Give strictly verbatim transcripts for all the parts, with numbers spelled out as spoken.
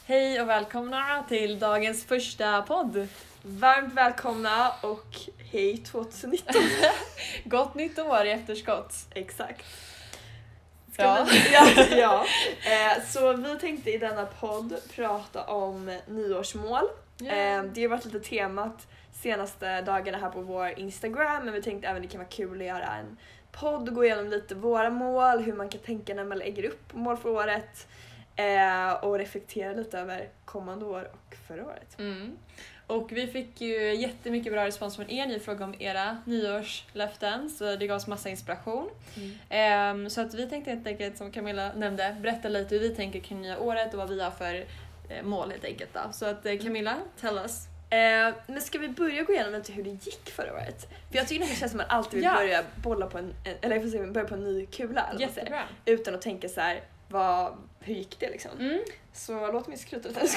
Hej och välkomna till dagens första podd. Varmt välkomna och hej tjugonitton. Gott nytt år i efterskott. Exakt. Ska Ja. Vi, ja, ja. Eh, så vi tänkte i denna podd prata om nyårsmål. Yeah. Eh, det har varit lite temat senaste dagarna här på vår Instagram, men vi tänkte även det kan vara kul att göra en podd och gå igenom lite våra mål, hur man kan tänka när man lägger upp mål för året. Eh, och reflektera lite över kommande år och förra året. Mm. Och vi fick ju jättemycket bra respons från er. Ni frågade om era nyårslöften, så det gav oss massa inspiration. Mm. Um, så att vi tänkte helt enkelt, som Camilla nämnde, berätta lite hur vi tänker kring nya året och vad vi har för eh, mål helt enkelt. Då. Så att eh, Camilla, tell us. Eh, men ska vi börja gå igenom lite hur det gick förra året? För jag tycker att det känns som att man alltid vill Ja. börja bolla på en, eller jag får säga, börja på en ny kula. Eller vad man säger. Jättebra. Utan att tänka så här, vad, hur gick det liksom? Mm. Så låt mig skryta lite.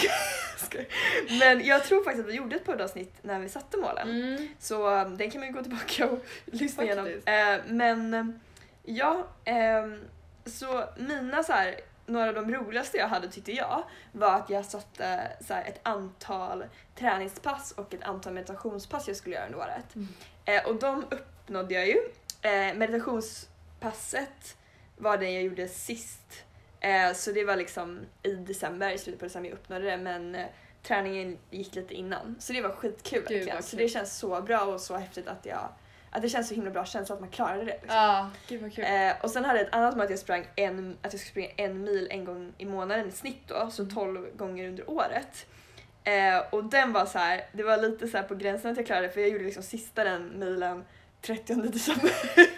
Men jag tror faktiskt att vi gjorde ett poddavsnitt när vi satte målen. Mm. Så um, den kan man ju gå tillbaka och lyssna igenom. Faktiskt. Eh, men ja, eh, så mina så här, några av de roligaste jag hade tyckte jag var att jag satte så här, ett antal träningspass och ett antal meditationspass jag skulle göra under året. Mm. Eh, och de uppnådde jag ju. Eh, meditationspasset var det jag gjorde sist. Eh, så det var liksom i december, i slutet på december jag uppnådde det, men eh, träningen gick lite innan. Så det var skitkul Gud, verkligen. vad Så kul. det känns så bra och så häftigt att jag att det känns så himla bra känsla att man klarade det. Liksom. Ja, gud vad kul. Eh, och sen hade jag ett annat mål att jag sprang en, att jag skulle springa en mil en gång i månaden i snitt då, så tolv gånger under året. Eh, och den var så här, det var lite så här på gränsen att jag klarade det, för jag gjorde liksom sista den milen trettionde december.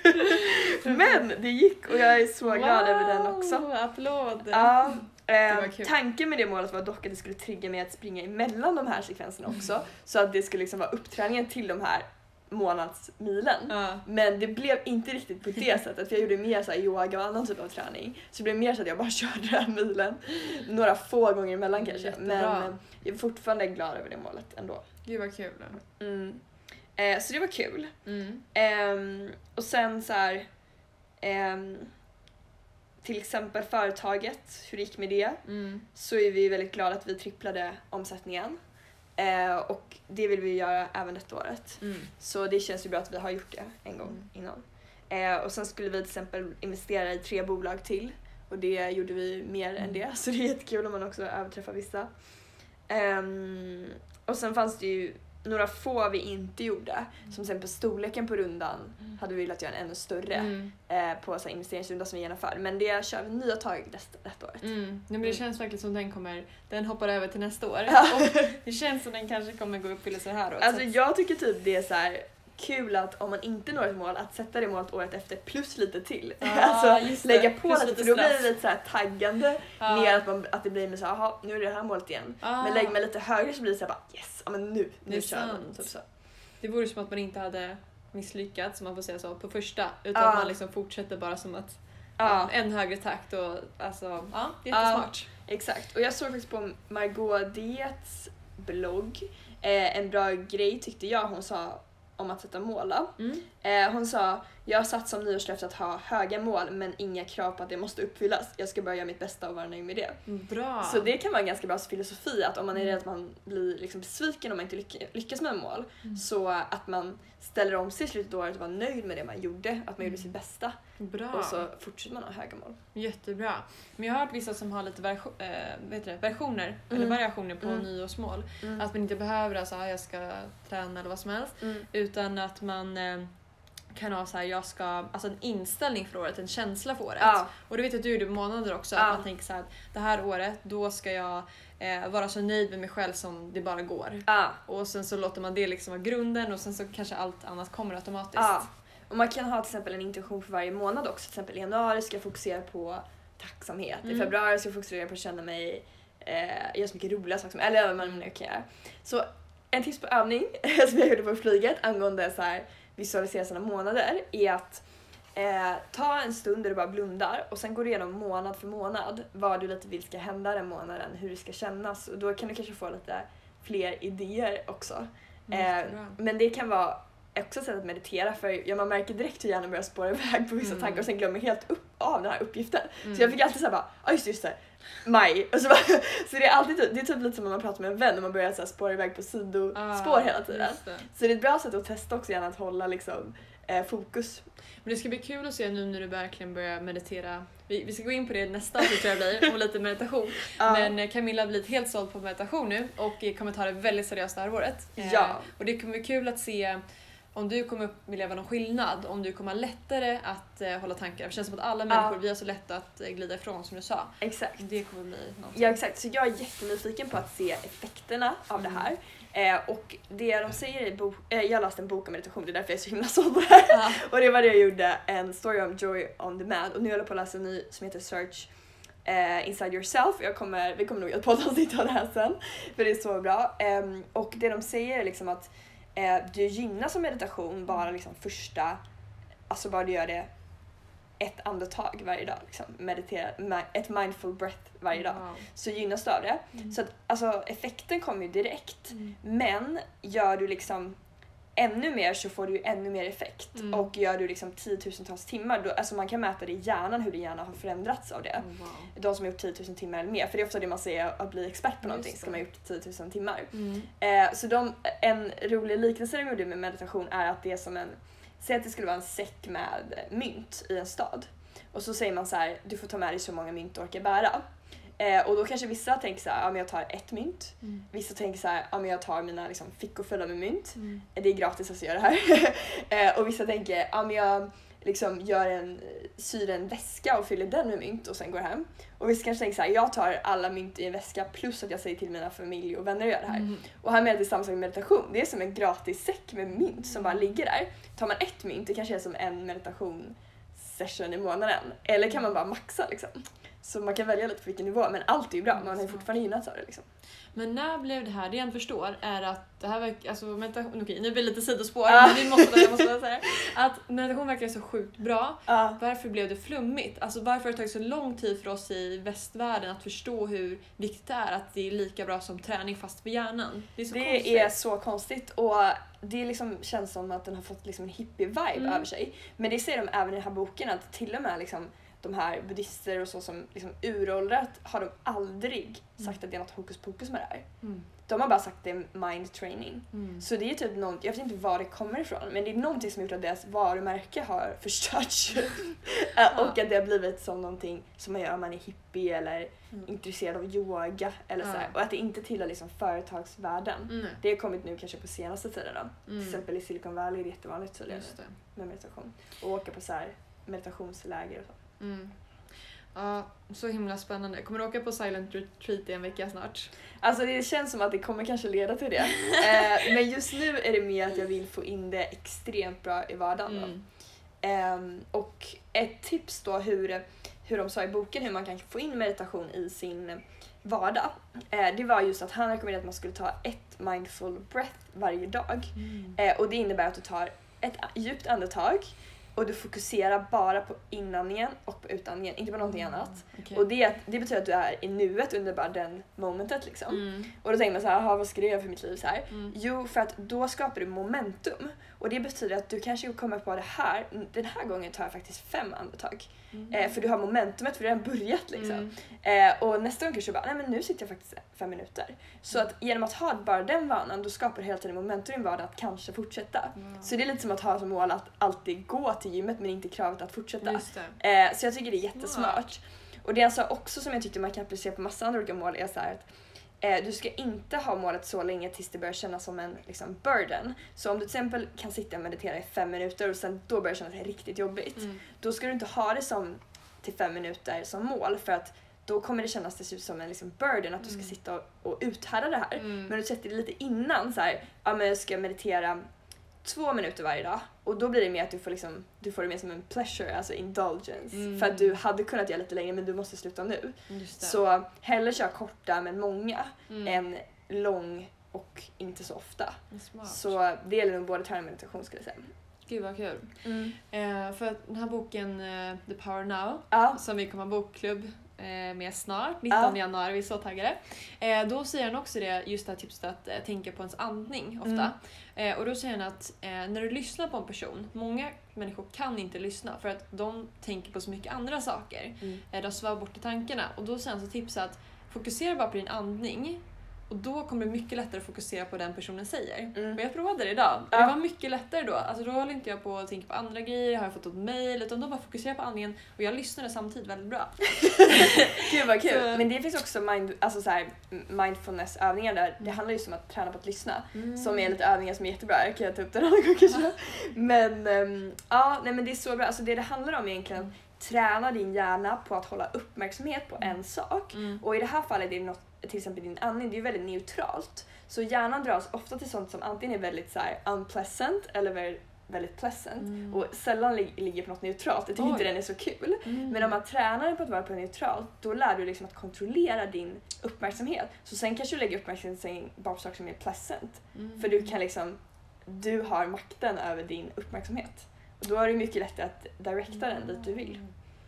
Men det gick och jag är så wow, glad över den också. Applåd. Ja, Det var eh, kul. tanken med det målet var dock att det skulle trigga mig att springa emellan de här sekvenserna också, så att det skulle liksom vara uppträningen till de här månadsmilen. Ja. Men det blev inte riktigt på det sättet, för jag gjorde mer så här yoga och annan typ av träning. Så det blev mer så att jag bara körde den här milen några få gånger emellan kanske. Jättebra. Men jag är fortfarande glad över det målet ändå. Gud vad kul. Mm. Eh, så det var kul. Mm. Ehm, och sen så här, ehm, till exempel företaget, hur det gick med det, Mm. så är vi väldigt glada att vi tripplade omsättningen. Eh, och det vill vi göra även detta året. Mm. Så det känns ju bra att vi har gjort det en gång Mm. innan. Eh, och sen skulle vi till exempel investera i tre bolag till. Och det gjorde vi mer Mm. än det. Så det är jättekul om man också överträffar vissa. Ehm, och sen fanns det ju några få vi inte gjorde. Mm. Som till exempel storleken på rundan Mm. hade vi velat göra en ännu större Mm. eh, på så här investeringsrunda som vi genomför. Men det kör vi nya tag detta, detta året. Mm. Nej, men det Mm. känns verkligen som den kommer, den hoppar över till nästa år. Ja. Och det känns som den kanske kommer gå upp till så här året. Alltså Så att- jag tycker typ det är så här kul att om man inte når ett mål, att sätta det målet året efter plus lite till. Ja, alltså just det. lägga på Plus lite, lite för då blir det stress. lite så här taggande. Ja. Mer att, man, att det blir med så här, jaha, nu är det det här målet igen. Ah. Men lägger man lite högre så blir det så här bara yes, ja men nu, Det är nu kör man. sant. Typ så. Det vore som att man inte hade misslyckats, om man får säga så, på första. Utan Ja. att man liksom fortsätter bara som att Ja, en högre takt och alltså, ja, jättesmart. exakt. Och jag såg faktiskt på Margot Dietz blogg eh, en bra grej tyckte jag hon sa om att sätta mål. Mm. Eh, hon sa, jag har satt som nyårslöfte att ha höga mål men inga krav på att det måste uppfyllas. Jag ska bara göra mitt bästa och vara nöjd med det. Bra. Så det kan vara en ganska bra filosofi, att om man är rädd att man blir liksom besviken om man inte lyck- lyckas med en mål, Mm. så att man ställer om sig i slutet av året och var nöjd med det man gjorde, att man gjorde sitt bästa, Bra. och så fortsätter man ha höga mål. Jättebra. Men jag har hört vissa som har lite version, äh, vad heter det, versioner Mm. eller variationer på Mm. nyårsmål. Mm. Att man inte behöver alltså, ah, jag ska träna eller vad som helst. Mm. Utan att man eh, kan ha så här, jag ska, alltså en inställning för året, en känsla för året. Ja. Och det vet jag att du gjorde månader också, Ja. att man tänker så här, det här året, då ska jag eh, vara så nöjd med mig själv som det bara går. Ja. Och sen så låter man det liksom vara grunden och sen så kanske allt annat kommer automatiskt. Ja. Och man kan ha till exempel en intention för varje månad också. Till exempel i januari ska jag fokusera på tacksamhet. Mm. I februari ska jag fokusera på att känna mig, eh, göra så mycket roliga saker som, eller vad man nu kan göra. Så en tips på övning som jag gjorde på flyget angående så här visualisera sina månader är att eh, ta en stund där du bara blundar och sen går du igenom månad för månad vad du lite vill ska hända den månaden, hur det ska kännas, och då kan du kanske få lite fler idéer också. Eh, Jättebra. men det kan vara också ett sätt att meditera för ja, man märker direkt hur hjärnan börjar spåra iväg på vissa Mm. tankar och sen glömmer helt upp av den här uppgiften. Mm. Så jag fick alltid säga bara, ja just, just det, maj. Och så, bara, så det är alltid det är typ lite som när man pratar med en vän och man börjar så här, spåra iväg på sidospår Ah, hela tiden. just det. Så det är ett bra sätt att testa också gärna att hålla liksom, eh, fokus. Men det ska bli kul att se nu när du verkligen börjar meditera. Vi, vi ska gå in på det nästa avsnitt tror jag blir, om lite meditation. Ja. Men Camilla har blivit helt såld på meditation nu och kommer ta det väldigt seriöst det här året. Ja. Eh, och det kommer bli kul att se om du kommer uppleva någon skillnad, om du kommer ha lättare att eh, hålla tankar. Det känns som att alla människor, Ja. vi har så lätt att eh, glida ifrån som du sa. Exakt. Det kommer bli något. Ja exakt, så jag är jättenyfiken på att se effekterna av Mm. det här. Eh, och det de säger i bok, eh, jag läste en bok om meditation, det är därför jag är så himla såld på det här. Ja. Och det var det jag gjorde, en story om Joy on Demand. Och nu håller jag på att läsa en ny som heter Search eh, Inside Yourself. Jag kommer, vi kommer nog att poddavsnitt av det här sen, för det är så bra. Eh, och det de säger är liksom att eh, du gynnas av meditation bara liksom första, alltså bara du gör det ett andetag varje dag, liksom, meditera, ma- ett mindful breath varje dag, Wow. så gynnas du av det. Mm. Så att, alltså, effekten kommer ju direkt, Mm. men gör du liksom ännu mer så får du ju ännu mer effekt. Mm. Och gör du liksom tiotusentals timmar, då, alltså man kan mäta det i hjärnan hur din hjärna har förändrats av det. Oh, wow. De som har gjort tiotusen timmar eller mer, för det är ofta det man säger, att bli expert på någonting Just ska det. man ha gjort tiotusen timmar. Mm. Eh, så de, en rolig liknelse de gjorde med meditation är att det är som en, säg att det skulle vara en säck med mynt i en stad. Och så säger man så här, du får ta med dig så många mynt du orkar bära. Eh, och då kanske vissa tänker så här, ja men jag tar ett mynt. Mm. Vissa tänker så här, ja men jag tar mina liksom, fickor fulla med mynt. Mm. Det är gratis att göra det här. eh, och vissa tänker, ja men jag liksom gör en, syr en väska och fyller den med mynt och sen går hem. Och vissa kanske tänker så här, jag tar alla mynt i en väska plus att jag säger till mina familj och vänner att göra det här. Mm. Och här med att det är samma sak med meditation. Det är som en gratis säck med mynt som bara ligger där. Tar man ett mynt, det kanske är som en meditation session i månaden. Eller kan man bara maxa liksom. Så man kan välja lite på vilken nivå, men allt är ju bra. Man har ju fortfarande gynnats av det liksom. Men när blev det här, det jag inte förstår är att det här verkar, alltså meditation, okej nu blir det lite sidospår, Ah. men vi måste, jag måste säga att meditation verkar så sjukt bra. Ja. Varför blev det flummigt? Alltså varför har det tagit så lång tid för oss i västvärlden att förstå hur viktigt det är att det är lika bra som träning fast för hjärnan? Det är så Det konstigt. är så konstigt och det liksom känns som att den har fått liksom en hippie-vibe Mm. över sig. Men det säger de även i den här boken att till och med liksom de här buddhister och så som liksom uråldrat har de aldrig sagt att det är något hokus pokus med det här. Mm. De har bara sagt att det är mind training. Mm. Så det är typ något, jag vet inte var det kommer ifrån, men det är någonting som gjort att deras varumärke har förstörts. Och att det har blivit som någonting som man gör om man är hippie eller Mm. intresserad av yoga eller så här. Ja. Och att det inte tillhör liksom företagsvärlden. Mm. Det har kommit nu kanske på senaste tiden då. Till Mm. exempel i Silicon Valley är det jättevanligt så det Just det. med meditation. Och åka på så här meditationsläger och så. Mm. Ja, så himla spännande. Kommer du åka på Silent Retreat i en vecka snart? Alltså det känns som att det kommer kanske leda till det. eh, men just nu är det mer att jag vill få in det extremt bra i vardagen. Då. Mm. Ehm, och ett tips då hur, hur de sa i boken hur man kan få in meditation i sin vardag. Eh, det var just att han rekommenderade att man skulle ta ett mindful breath varje dag. Mm. Eh, och det innebär att du tar ett djupt andetag och du fokuserar bara på inandningen och på utandningen, inte på någonting annat. Okej. Och det, det betyder att du är i nuet under bara den momentet liksom. Mm. Och då tänker man så här, "Aha, vad ska det göra för mitt liv så här?" Mm. Jo, för att då skapar du momentum. Och det betyder att du kanske kommer på det här, den här gången tar jag faktiskt fem andetag. Mm. Eh, för du har momentumet, för det har börjat liksom. Mm. Eh, och nästa gång kanske du bara, nej men nu sitter jag faktiskt fem minuter. Så att genom att ha bara den vanan, då skapar du hela tiden momentum i din vardag att kanske fortsätta. Wow. Så det är lite som att ha som mål att alltid gå till gymmet men inte kravet att fortsätta. Just det. Eh, så jag tycker det är jättesmart. Och det jag sa också som jag tyckte man kan applicera på massa andra olika mål är så här att eh, du ska inte ha målet så länge tills det börjar kännas som en liksom, burden. Så om du till exempel kan sitta och meditera i fem minuter och sen då börjar det kännas riktigt jobbigt. Mm. Då ska du inte ha det som till fem minuter som mål för att då kommer det kännas till slut som en liksom, burden att du ska Mm. sitta och, och uthärda det här. Mm. Men du sätter det lite innan så här, ja men jag ska meditera två minuter varje dag och då blir det mer att du får liksom, du får det mer som en pleasure, alltså indulgence. Mm. För att du hade kunnat göra lite längre men du måste sluta nu. Just det. Så hellre köra korta men många Mm. än lång och inte så ofta. Smart. Så det gäller nog både träning och meditation skulle jag säga. Gud vad kul. Eh, för att den här boken eh, The Power Now Ja, som vi kommer ha bokklubb eh, med snart, nittonde Ja. januari, vi är så taggade. Eh, då säger han också det, just det här tipset att eh, tänka på ens andning ofta. Mm. Eh, och då säger han att eh, när du lyssnar på en person, många människor kan inte lyssna för att de tänker på så mycket andra saker. Mm. Eh, de svävar bort i tankarna. Och då säger han så tipsa att fokusera bara på din andning. Och då kommer det mycket lättare att fokusera på den personen säger. Mm. Och jag provade det idag. Ja. Det var mycket lättare då. Alltså då håller inte jag på att tänka på andra grejer. Har jag fått ett mail? Utan då bara fokusera på andningen. Och jag lyssnade samtidigt väldigt bra. Gud vad kul. Så- Men det finns också mind, alltså så här, mindfulness-övningar där det handlar just om att träna på att lyssna. Mm. Som är lite övningar som är jättebra. Jag kan ta upp den andra gången kanske. Men um, ja, nej men det är så bra. Alltså det det handlar om egentligen Mm. att träna din hjärna på att hålla uppmärksamhet på en sak. Mm. Och i det här fallet är det något, till exempel din andning, det är ju väldigt neutralt. Så hjärnan dras ofta till sånt som antingen är väldigt så här unpleasant eller väldigt, väldigt pleasant. Mm. Och sällan lig- ligger på något neutralt. Jag tycker Oj. inte den är så kul. Mm. Men om man tränar dig på att vara på neutralt, då lär du liksom att kontrollera din uppmärksamhet. Så sen kanske du lägger uppmärksamheten bara på saker som är pleasant. Mm. För du kan liksom, du har makten över din uppmärksamhet. Och då är det mycket lättare att directa den dit du vill.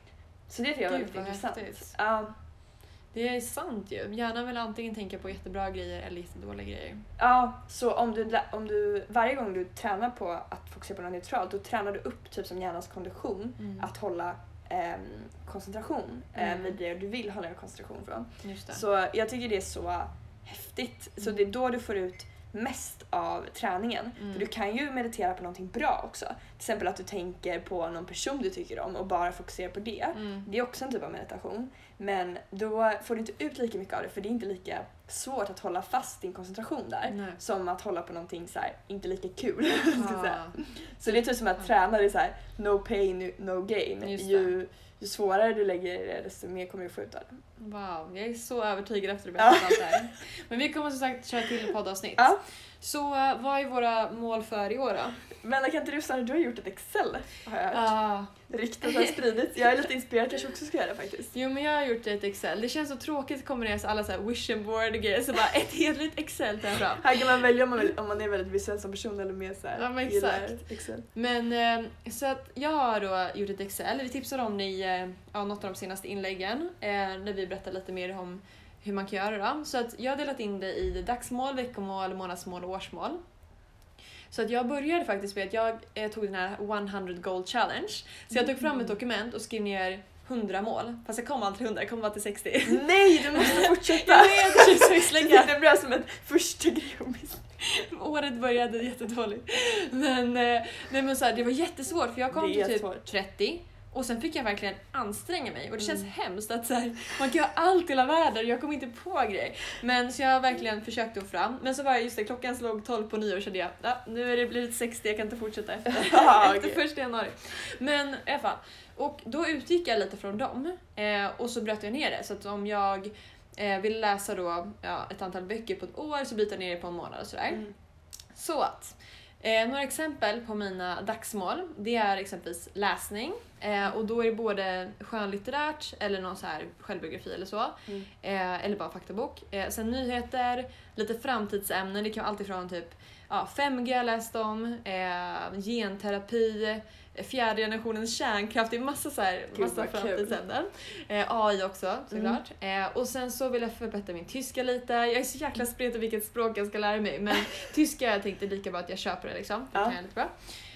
Så det tycker jag är Gud, väldigt vad intressant. häftigt. Ja, Det är sant ju. Hjärnan vill antingen tänka på jättebra grejer eller jättedåliga grejer. ja, så om du, lä- om du varje gång du tränar på att fokusera på något neutralt, då tränar du upp typ som hjärnans kondition Mm. att hålla ehm, koncentration eh, Mm. vid det du vill hålla en koncentration från. Just det. Så jag tycker det är så häftigt. Så Mm. det är då du får ut mest av träningen. Mm. För du kan ju meditera på någonting bra också. Till exempel att du tänker på någon person du tycker om och bara fokuserar på det. Mm. Det är också en typ av meditation. Men då får du inte ut lika mycket av det för det är inte lika svårt att hålla fast din koncentration där. Nej. Som att hålla på någonting så här, inte lika kul. ska jag säga. Ah. Så det är typ som att Ja. träna det så här, no pain, no gain. Just det. Ju, ju svårare du lägger det, desto mer kommer du få ut av det. Wow, jag är så övertygad efter att du berättat Ja. allt det här. Men vi kommer som sagt köra till poddavsnitt. Ja. Så eh, vad är våra mål för i år då? Men kan inte du säga, du har gjort ett Excel har jag hört. Ah, Ryktet har spridits. Jag är lite inspirerad, kanske också ska göra det faktiskt. jo men jag har gjort ett Excel. Det känns så tråkigt att kombinera så alla så här vision board och grejer. Så bara ett hederligt Excel tar jag fram. Här kan man välja om man, vill, om man är väldigt visuell som person eller mer så här, Ja, men gillar exakt. Excel. Men eh, så att jag har då gjort ett Excel. Vi tipsade om det i eh, ja, något av de senaste inläggen. Eh, när vi berättar lite mer om hur man kan göra det. Så att jag har delat in det i dagsmål, veckomål, månadsmål och årsmål. Så att jag började faktiskt med att jag eh, tog den här hundra goal challenge. Så jag tog fram ett dokument och skrev ner hundra mål. Fast jag kom aldrig till hundra, jag kom bara till sextio. Nej, du måste fortsätta! Jag vet, jag är så Det slängad. är bra som en första grej att missa. Året började jättedåligt. Men, eh, nej, men så här, det var jättesvårt för jag kom Det till är typ svårt. trettio. Och sen fick jag verkligen anstränga mig. Och det känns Mm. hemskt att så här, man kan göra allt i hela världen. Jag kom inte på grejer. Men så jag har verkligen försökt att få fram. Men så var det just det, klockan slog tolv på nyår och kände jag, ja, nu är det blivit sextio, jag kan inte fortsätta efter, Ah, efter okej. första januari. Men i alla fall. Och då utgick jag lite från dem. Eh, och så bröt jag ner det. Så att om jag eh, vill läsa då, ja, ett antal böcker på ett år så byter jag ner det på en månad och sådär. Mm. Så att, eh, några exempel på mina dagsmål, det är exempelvis läsning. Eh, och då är det både skönlitterärt eller någon så här självbiografi eller så. Mm. Eh, eller bara faktabok. Eh, sen nyheter, lite framtidsämnen, det kan vara allt ifrån typ ja, fem G har jag läst om, eh, genterapi, fjärde generationens kärnkraft, det är massa, så här, Gud, massa vad kul. framtidsämnen. Eh, A I också såklart. Eh, och sen så vill jag förbättra min tyska lite. Jag är så jäkla spretig vilket språk jag ska lära mig. Men tyska jag tänkte lika bra att jag köper det liksom. Det Ja. kan jag lite bra.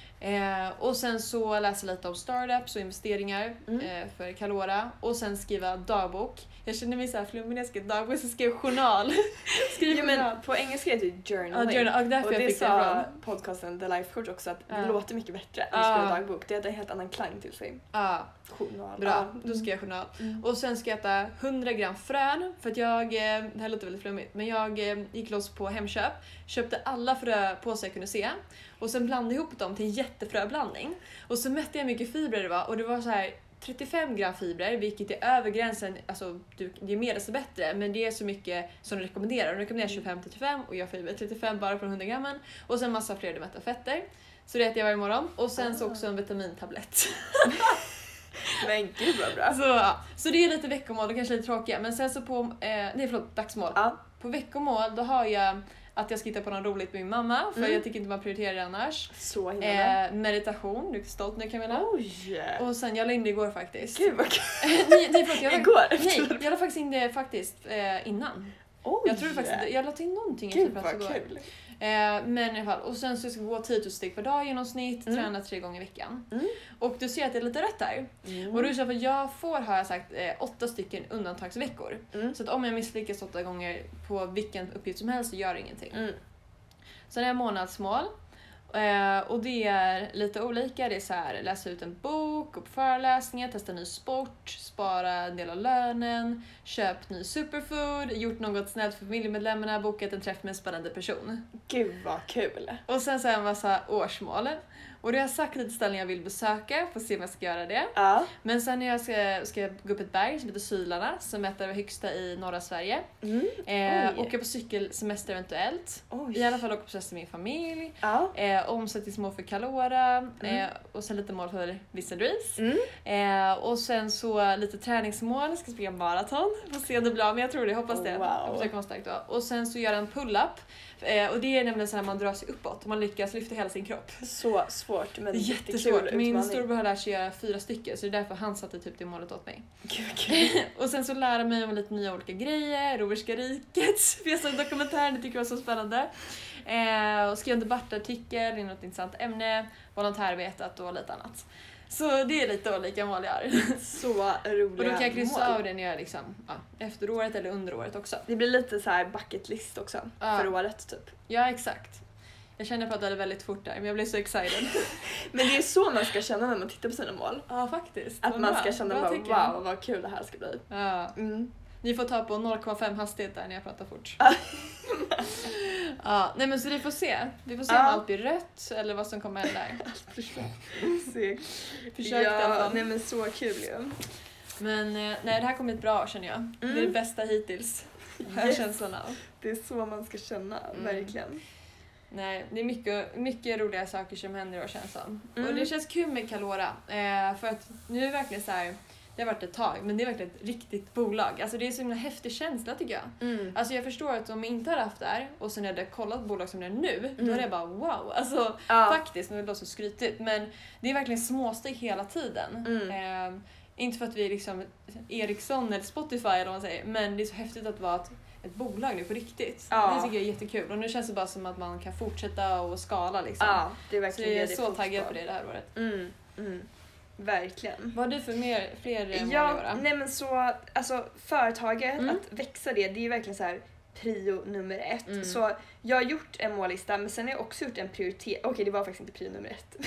Eh, och sen så läsa lite om startups och investeringar Mm. eh, för Calora. Och sen skriva dagbok. Jag känner mig så här flummig när jag skrev dagbok, så skrev jag journal. Skriv Jo, journal. men på engelska heter det Ja, journaling. journal. Och därför Och jag det fick det sa ifrån. podcasten The Life Coach också, att Ja. det låter mycket bättre än att Ja. skriva dagbok. Det har en helt annan klang till sig. Ja, Journal. bra. Ja. Då ska jag journal. Mm. Och sen ska jag äta hundra gram frön, för att jag, eh, det här låter väldigt flummigt, men jag eh, gick loss på Hemköp, köpte alla fröpåsar jag kunde se och sen blandade ihop dem till en jättefröblandning. Och så mätte jag hur mycket fibrer det var och det var så här trettiofem gram fibrer, vilket är över gränsen, alltså du, det är mer desto bättre, men det är så mycket som de rekommenderar. De rekommenderar tjugofem till trettiofem och jag får trettiofem bara från hundra grammen och sen massa fler mätta fetter. Så det äter jag varje morgon och sen så också en vitamintablett. Men gud vad bra. Så, ja. Så det är lite veckomål och kanske lite tråkiga. Men sen så på, eh, nej förlåt, dagsmål. Ja. På veckomål då har jag att jag ska hitta på något roligt med min mamma, för Mm. jag tycker inte man prioriterar det annars. Så himla. Eh, meditation, du är stolt nu Camilla. Oj! Och sen jag la in det igår faktiskt. Gud vad kul! nej, nej, förlåt, jag la, Igår? nej, jag la faktiskt in det faktiskt eh, innan. Oj! Jag tror faktiskt jag la in någonting Gud efter vad igår. kul! Eh, men i alla fall, och sen så ska jag gå tio tusen steg per dag i genomsnitt, Mm. träna tre gånger i veckan. Mm. Och du ser att det är lite rätt där. Mm. Och då är det så att jag får, har jag sagt, eh, åtta stycken undantagsveckor. Mm. Så att om jag misslyckas åtta gånger på vilken uppgift som helst så gör det ingenting. Mm. Sen är jag månadsmål. Eh, och det är lite olika. Det är så här, läsa ut en bok, gå på föreläsningar, testa ny sport, spara en del av lönen, köp ny superfood, gjort något snällt för familjemedlemmarna, bokat en träff med en spännande person. Gud vad kul! Och sen så är det en massa årsmål. Och det har jag sagt lite ställen jag vill besöka, får se om jag ska göra det. Ja. Men sen när jag ska, ska jag gå upp ett berg som heter Sylarna, som är ett av de högsta i norra Sverige. Mm. Eh, Oj. åka på cykelsemester eventuellt. Oj. I alla fall åka på semester med min familj. Ja. Eh, omsättningsmål för Calora. Mm. Eh, och sen lite mål för Vissa Dreams. Mm. Eh, och sen så lite träningsmål. Jag ska springa maraton. Får se om det blir av, men jag tror det. Hoppas det. Wow. Jag hoppas jag kommer starkt då. Och sen så göra en pull-up. Eh, och det är nämligen så när man drar sig uppåt. Man lyckas lyfta hela sin kropp. Så svårt men Det är jättesvårt. Min storebror har lärt sig göra fyra stycken, så det är därför han satte typ det målet åt mig. Gud vad kul. Och sen så lära mig om lite nya olika grejer, Romerska riket, för jag såg en dokumentär, det tycker jag var så spännande. Eh, och skrev en debattartikel i något intressant ämne, volontärvetat och lite annat. Så det är lite olika mål jag har. Så roliga Och då kan jag kryssa mål. av det när jag liksom, ja, efter året eller under året också. Det blir lite så här bucket list också Ja. för året typ. Ja, exakt. Jag känner på att det är väldigt fort där, men jag blir så excited. Men det är så man ska känna när man tittar på sina mål. Ja, faktiskt. Att Vad man bra. ska känna Bra bara, tycker jag. wow vad kul det här ska bli. Ja. Mm. Ni får ta på noll komma fem hastighet där när jag pratar fort. Ja, nej men så vi får se. Vi får se Ja. om allt blir rött eller vad som kommer hända där. Se. Försök i alla Ja, fall. nej men så kul ju. Men eh, nej, det här kommer bli ett bra år känner jag. Det är det Mm. bästa hittills. Har jag Yes. känslan av. Det är så man ska känna, Mm. verkligen. Nej, det är mycket, mycket roliga saker som händer i år känns som. Mm. Och det känns kul med Calora. Eh, för att nu är det verkligen så här. Det har varit ett tag, men det är verkligen ett riktigt bolag. Alltså det är så himla häftig känsla tycker jag. Mm. Alltså jag förstår att om jag inte hade haft det här och sen hade jag kollat bolag som det är nu, då Mm. är det bara wow. Alltså Ja. faktiskt, nu låter det så skrytigt, men det är verkligen småsteg hela tiden. Mm. Eh, inte för att vi är liksom Ericsson eller Spotify eller vad man säger, men det är så häftigt att vara ett, ett bolag nu på riktigt. Ja. Det tycker jag är jättekul och nu känns det bara som att man kan fortsätta och skala liksom. Ja, det är Så verkligen jag är det så fokus taggad på. på det det här året. Mm. Mm. Verkligen. Vad har du för mer, fler mål i Ja, år då? nej men så, alltså företaget, Mm. att växa det, det är ju verkligen så här prio nummer ett. Mm. Så jag har gjort en mållista, men sen har jag också gjort en prioritet. Okej, det var faktiskt inte prio nummer ett.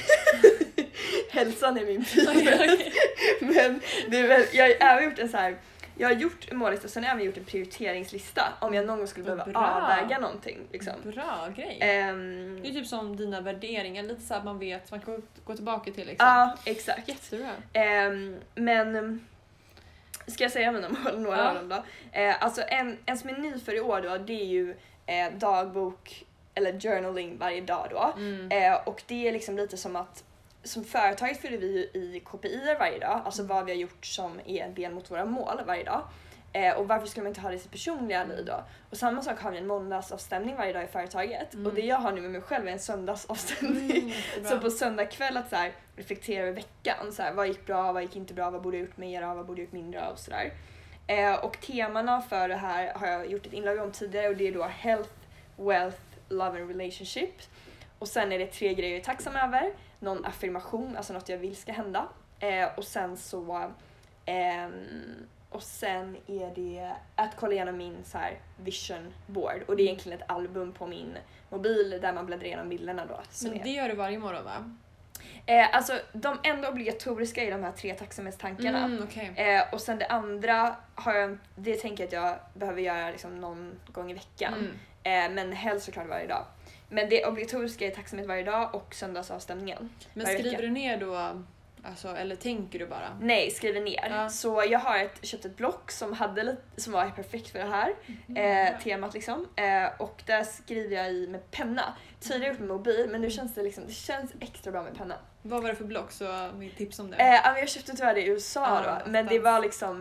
Hälsan är min prio nummer ett. Men det är väl, jag har även gjort en så här. Jag har gjort en mållista och sen har jag även gjort en prioriteringslista om jag någon gång skulle Vad behöva bra. avväga någonting. Liksom. Bra grej. Ehm, Det är typ som dina värderingar, lite så att man vet, man kan gå tillbaka till liksom. Ja, exakt. Jättebra. Ehm, men ska jag säga mina mål, några Ja. av dem då? Eh, alltså en, en som är ny för i år då, det är ju eh, dagbok eller journaling varje dag då. Mm. Eh, och det är liksom lite som att som företaget fyller vi ju i K P I varje dag, alltså vad vi har gjort som är en del mot våra mål varje dag. Eh, och varför skulle man inte ha det i sitt personliga liv då? Och samma sak har vi en måndagsavstämning varje dag i företaget. Mm. Och det jag har nu med mig själv är en söndagsavstämning. Mm, Så på söndag kväll att så här, reflektera över veckan. Så här, vad gick bra, vad gick inte bra, vad borde jag gjort mer av, vad borde jag gjort mindre av. Så där. Eh, och temana för det här har jag gjort ett inlägg om tidigare och det är då health, wealth, love and relationship. Och sen är det tre grejer jag är tacksam över. Någon affirmation, alltså något jag vill ska hända. Eh, och sen så... ehm, och sen är det att kolla igenom min så här, vision board. Och det är egentligen ett album på min mobil där man bläddrar igenom bilderna då. som Men är- det gör du varje morgon va? Eh, alltså de enda obligatoriska är de här tre tacksamhetstankarna. Mm, okej. Eh, och sen det andra har jag, det tänker jag att jag behöver göra liksom någon gång i veckan. Mm. Eh, men helst såklart varje dag. Men det obligatoriska är tacksamhet varje dag och söndagsavstämningen. Men varje skriver vecka. du ner då, alltså, eller tänker du bara? Nej, skriver ner. Ja. Så jag har ett, köpt ett block som, hade lite, som var perfekt för det här eh, temat liksom. Eh, och där skriver jag i med penna. Tidigare har jag gjort med mobil men nu känns det liksom, det känns extra bra med penna. Vad var det för block så mitt tips om det? Eh, ja, men jag köpte tyvärr det i U S A Ja, då, men det fast. var liksom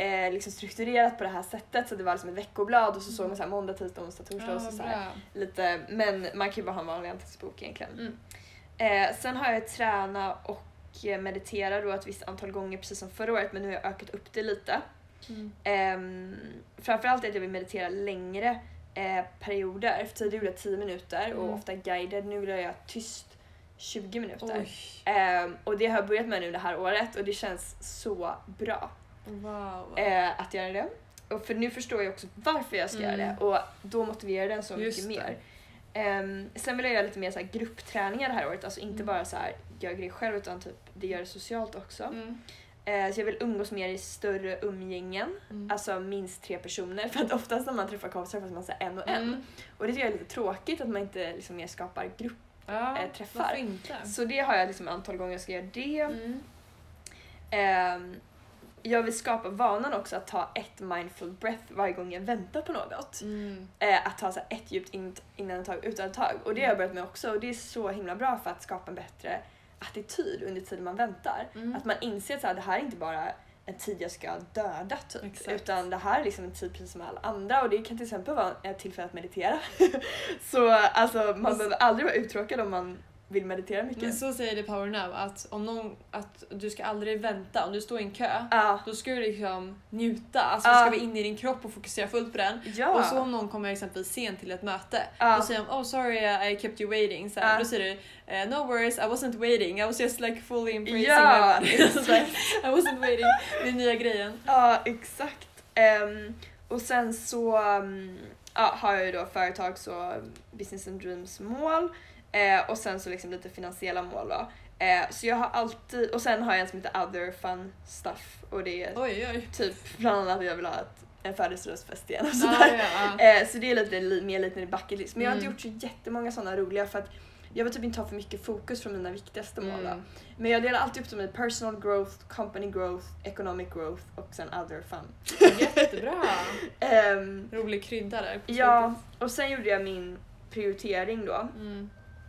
eh, liksom strukturerat på det här sättet, så det var liksom ett veckoblad och så såg man så här måndag, tisdag, onsdag, torsdag Ja, och så, så här, bra. lite, men man kan ju bara ha en vanlig anteckningsbok egentligen. Mm. Eh, sen har jag träna och meditera då ett visst antal gånger precis som förra året, men nu har jag ökat upp det lite. Mm. Eh, framförallt att jag vill meditera längre eh, perioder. För tidigare gjorde jag tio minuter och Mm. ofta guided. Nu vill jag göra tyst tjugo minuter. Oj. Eh, och det har jag börjat med nu det här året och det känns så bra Wow. eh, att göra det. Och för nu förstår jag också varför jag ska Mm. göra det och då motiverar den så Just mycket det. mer. Um, sen vill jag göra lite mer så här gruppträningar det här året, alltså inte Mm. bara så här göra grejer själv utan typ det gör det socialt också. Mm. Eh, så jag vill umgås mer i större umgängen, Mm. alltså minst tre personer, för att oftast när man träffar kompisar träffas man så här en och en. Mm. Och det tycker jag är lite tråkigt att man inte liksom mer skapar grupp. Ja, eh, träffar. varför inte? Så det har jag liksom antal gånger jag ska göra det. Mm. Ehm, jag vill skapa vanan också att ta ett mindful breath varje gång jag väntar på något. Mm. Eh, att ta så här ett djupt in, inandetag, utandetag. Och det har jag börjat med också och det är så himla bra för att skapa en bättre attityd under tiden man väntar. Mm. Att man inser att så här, det här är inte bara en tid jag ska döda typ, Exakt. utan det här är liksom en tid precis som alla andra och det kan till exempel vara ett tillfälle att meditera. Så alltså man Fast- behöver aldrig vara uttråkad om man vill meditera mycket. Men så säger det Power Now, att om någon, att du ska aldrig vänta. Om du står i en kö, Ja. då ska du liksom njuta. Alltså Ja. du ska vara inne i din kropp och fokusera fullt på den. Ja. Och så om någon kommer exempelvis sent till ett möte, Ja. då säger de oh sorry I kept you waiting. Så här, Ja. Då säger du eh, no worries I wasn't waiting, I was just like fully embracing Ja, my body. exakt. I wasn't waiting, det är nya grejen. Ja, exakt. Ehm, och sen så um, ja, har jag ju då företags och business and dreams mål. Eh, och sen så liksom lite finansiella mål då. Eh, så jag har alltid, och sen har jag en som heter other fun stuff. Och det är Oj oj. typ bland annat att jag vill ha ett, en födelsedagsfest igen och Ah, sådär. ja, ja. Eh, så det är lite li, mer lite i bucket list. Men jag har inte Mm. gjort så jättemånga sådana roliga för att jag vill typ inte ta för mycket fokus från mina viktigaste mål. då. Mm. Men jag delar alltid upp dem i personal growth, company growth, economic growth och sen other fun. Jättebra. Ehm, Rolig krydda där på ja, och sen gjorde jag min prioritering då. slutet. Mm.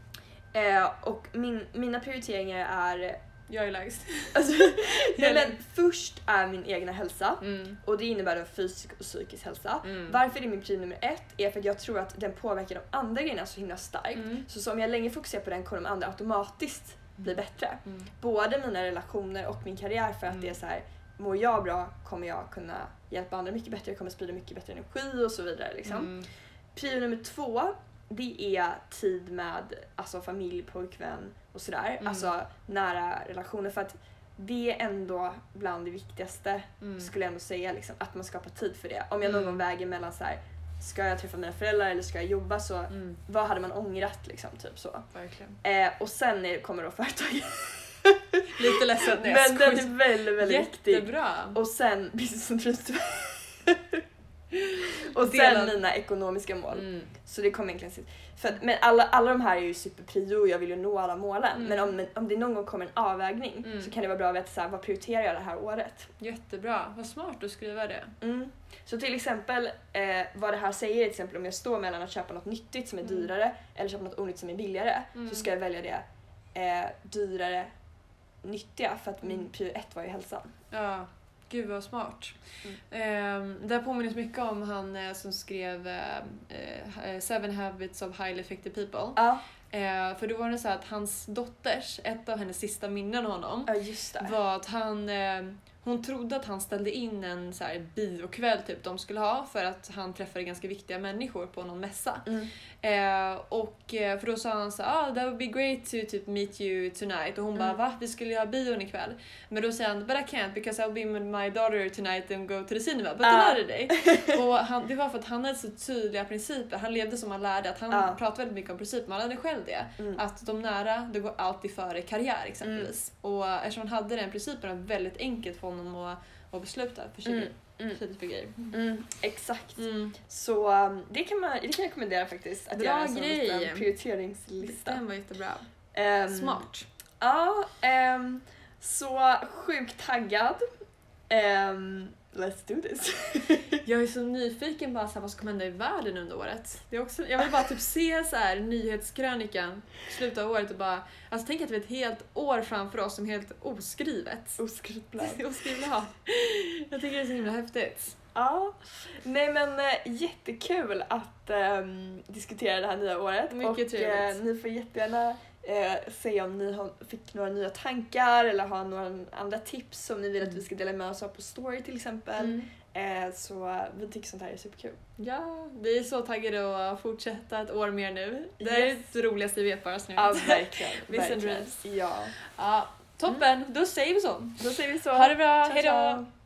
Eh, och min, mina prioriteringar är... Jag är lägst. Alltså, nej, men först är min egna hälsa. Mm. Och det innebär då fysisk och psykisk hälsa. Mm. Varför det är min prio nummer ett är för att jag tror att den påverkar de andra grejerna så himla starkt. Mm. Så, så om jag länge fokuserar på den kommer de andra automatiskt bli bättre. Mm. Både mina relationer och min karriär för att Mm. det är så här, mår jag bra kommer jag kunna hjälpa andra mycket bättre, jag kommer sprida mycket bättre energi och så vidare liksom. Mm. Prio nummer två, det är tid med alltså familj, pojkvän och sådär. Mm. Alltså nära relationer för att det är ändå bland det viktigaste Mm. skulle jag ändå säga liksom, att man skapar tid för det. Om jag någon Mm. gång väger mellan så här, ska jag träffa mina föräldrar eller ska jag jobba så Mm. vad hade man ångrat liksom typ så. Verkligen. Eh, och sen är, kommer då företaget. Lite ledsen. Nej, Men jag den skojar. är väldigt, väldigt viktig. Jättebra. Och sen business and dreams. Och sen Delad. mina ekonomiska mål. Mm. Så det kommer egentligen se- för att, men alla, alla de här är ju superprio och jag vill ju nå alla målen. Mm. Men om, om det någon gång kommer en avvägning Mm. så kan det vara bra att veta så här, vad prioriterar jag det här året. Jättebra. Vad smart att skriva det. Mm. Så till exempel eh, vad det här säger, till exempel om jag står mellan att köpa något nyttigt som är Mm. dyrare eller köpa något onyttigt som är billigare Mm. så ska jag välja det eh, dyrare nyttiga för att min Mm. prio ett var ju hälsan. Ja. Gud vad smart. Mm. Ehm, det här påminner så mycket om han eh, som skrev eh, eh, Seven Habits of Highly Effective People. Ja, Eh, för då var det så här att hans dotters, ett av hennes sista minnen av honom, ja just det. var att han, eh, hon trodde att han ställde in en så här biokväll typ de skulle ha för att han träffade ganska viktiga människor på någon mässa. Mm. Eh, och eh, för då sa han så ah, that would be great to typ meet you tonight och hon Mm. bara va vi skulle ju ha bion ikväll. Men då säger han but I can't because I'll be with my daughter tonight and go to the cinema but Ah. another day. Och han, det var för att han hade så tydliga principer, han levde som han lärde, att han Ah. pratade väldigt mycket om principer, man hade själv det. Mm. Att de nära, det går alltid före karriär exempelvis. Och eftersom han hade den principen var det väldigt enkelt för honom att, att besluta för sig Mm. Mm. för grejer. Mm, exakt. Mm. Så um, det, kan man, det kan jag rekommendera faktiskt. Att Bra göra en sån grej. liten prioriteringslista. Den var jättebra. Um, Smart. Ja, um, så sjukt taggad. Um, let's do this. Jag är så nyfiken på så här, vad som kommer hända i världen under året. Det är också, jag vill bara typ se så här nyhetskrönikan slutet av året och bara, alltså tänk att vi har ett helt år framför oss som helt oskrivet. Oskrivet blad. Oskrivet blad. Jag tycker det är så himla häftigt. Ja, nej men äh, jättekul att ähm, diskutera det här nya året. Mycket och trevligt. Äh, ni får jättegärna äh, säga om ni har, fick några nya tankar eller har några andra tips som ni vill att vi ska dela med oss av på story till exempel. Mm. Äh, så äh, vi tycker sånt här är superkul. Ja, vi är så taggade att fortsätta ett år mer nu. Det är Yes. det roligaste vi vet bara nu. Ja, verkligen. Viss and verkligen. dreams. Ja. Ja, toppen. Då säger vi så. Då säger vi så. Ha det bra. Ciao, Hej då. ciao.